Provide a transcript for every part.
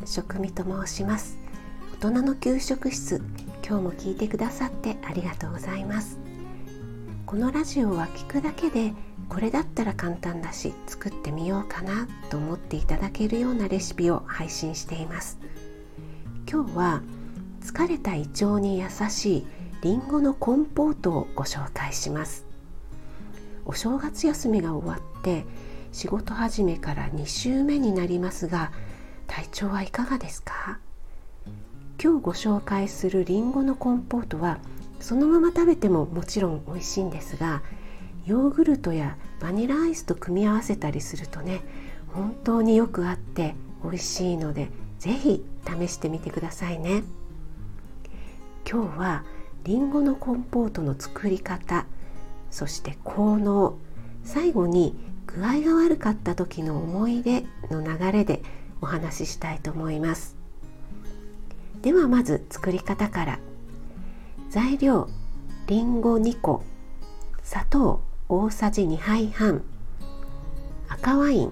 食味と申します。大人の給食室、今日も聞いてくださってありがとうございます。このラジオは聞くだけでこれだったら簡単だし作ってみようかなと思っていただけるようなレシピを配信しています。今日は疲れた胃腸に優しいりんごのコンポートをご紹介します。お正月休みが終わって仕事始めから2週目になりますが、体調はいかがですか？今日ご紹介するりんごのコンポートはそのまま食べてももちろん美味しいんですが、ヨーグルトやバニラアイスと組み合わせたりするとね、本当によく合って美味しいので、ぜひ試してみてくださいね。今日はりんごのコンポートの作り方、そして効能、最後に具合が悪かった時の思い出の流れでお話ししたいと思います。ではまず作り方から。材料、りんご2個、砂糖大さじ2杯半、赤ワイン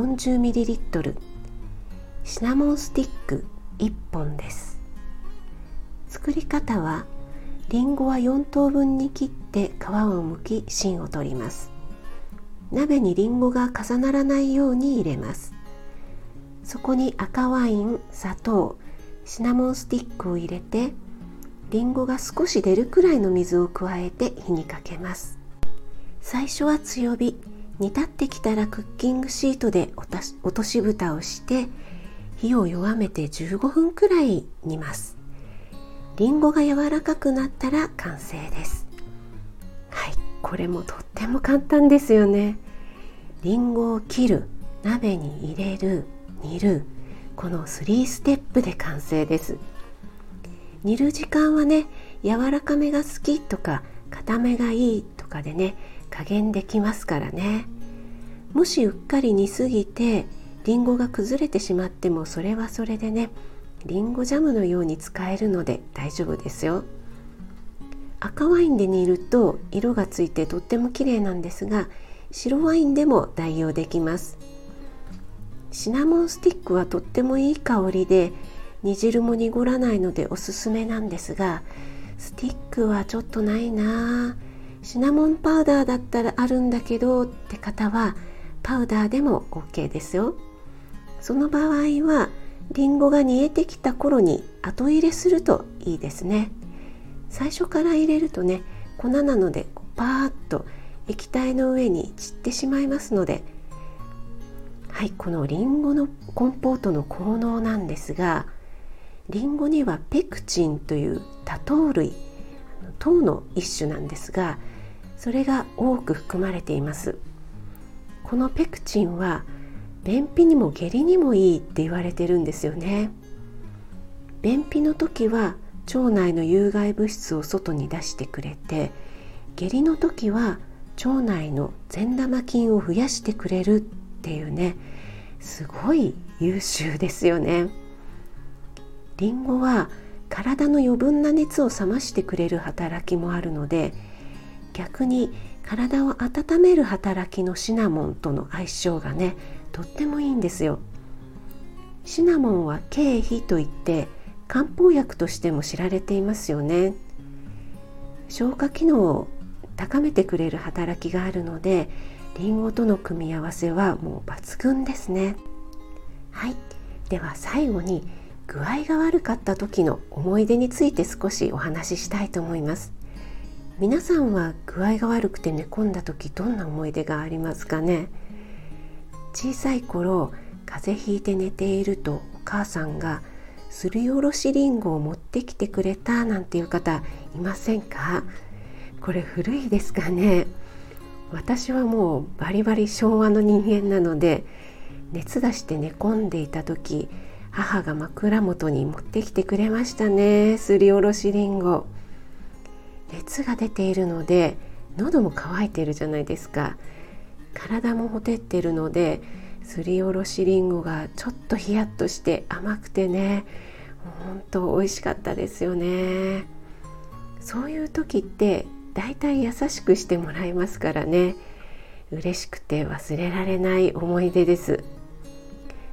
40ml、シナモンスティック1本です。作り方は、りんごは4等分に切って皮を剥き芯を取ります。鍋にりんごが重ならないように入れます。そこに赤ワイン、砂糖、シナモンスティックを入れて、りんごが少し出るくらいの水を加えて火にかけます。最初は強火、煮立ってきたらクッキングシートで落とし蓋をして火を弱めて15分くらい煮ます。りんごが柔らかくなったら完成です。はい、これもとっても簡単ですよね。りんごを切る、鍋に入れる、煮る、この3ステップで完成です。煮る時間はね、柔らかめが好きとか固めがいいとかでね、加減できますからね。もしうっかり煮すぎてりんごが崩れてしまっても、それはそれでね、りんごジャムのように使えるので大丈夫ですよ。赤ワインで煮ると色がついてとっても綺麗なんですが、白ワインでも代用できます。シナモンスティックはとってもいい香りで煮汁も濁らないのでおすすめなんですが、スティックはちょっとないな、シナモンパウダーだったらあるんだけどって方はパウダーでも OK ですよ。その場合はりんごが煮えてきた頃に後入れするといいですね。最初から入れるとね、粉なのでパーッと液体の上に散ってしまいますので。はい、このりんごのコンポートの効能なんですが、りんごにはペクチンという多糖類、糖の一種なんですが、それが多く含まれています。このペクチンは便秘にも下痢にもいいって言われてるんですよね。便秘の時は腸内の有害物質を外に出してくれて、下痢の時は腸内の善玉菌を増やしてくれるっていうね、すごい優秀ですよね。りんごは体の余分な熱を冷ましてくれる働きもあるので、逆に体を温める働きのシナモンとの相性がね、とってもいいんですよ。シナモンは桂皮といって漢方薬としても知られていますよね。消化機能を高めてくれる働きがあるので、りんごとの組み合わせはもう抜群ですね。はい、では最後に具合が悪かった時の思い出について少しお話ししたいと思います。皆さんは具合が悪くて寝込んだ時、どんな思い出がありますかね。小さい頃、風邪ひいて寝ているとお母さんがすりおろしりんごを持ってきてくれたなんていう方いませんか？これ古いですかね。私はもうバリバリ昭和の人間なので、熱出して寝込んでいた時、母が枕元に持ってきてくれましたね、すりおろしりんご。熱が出ているので喉も渇いているじゃないですか。体もほてっているので、すりおろしりんごがちょっとヒヤッとして甘くてね、本当美味しかったですよね。そういう時ってだいたい優しくしてもらいますからね、嬉しくて忘れられない思い出です。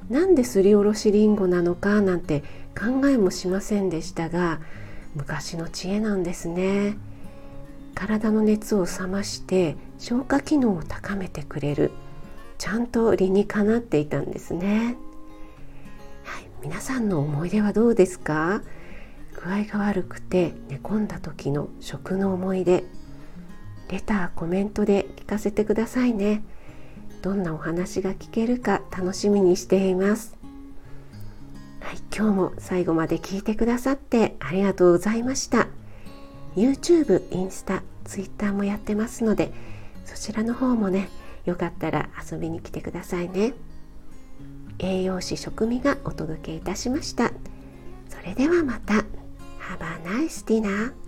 なんですりおろしりんごなのかなんて考えもしませんでしたが、昔の知恵なんですね。体の熱を冷まして消化機能を高めてくれる、ちゃんと理にかなっていたんですね。はい、皆さんの思い出はどうですか？具合が悪くて寝込んだ時の食の思い出、レター、コメントで聞かせてくださいね。どんなお話が聞けるか楽しみにしています。はい、今日も最後まで聞いてくださってありがとうございました。YouTube、インスタ、Twitter もやってますので、そちらの方もね、よかったら遊びに来てくださいね。栄養士食味がお届けいたしました。それではまた。Have a nice dinner.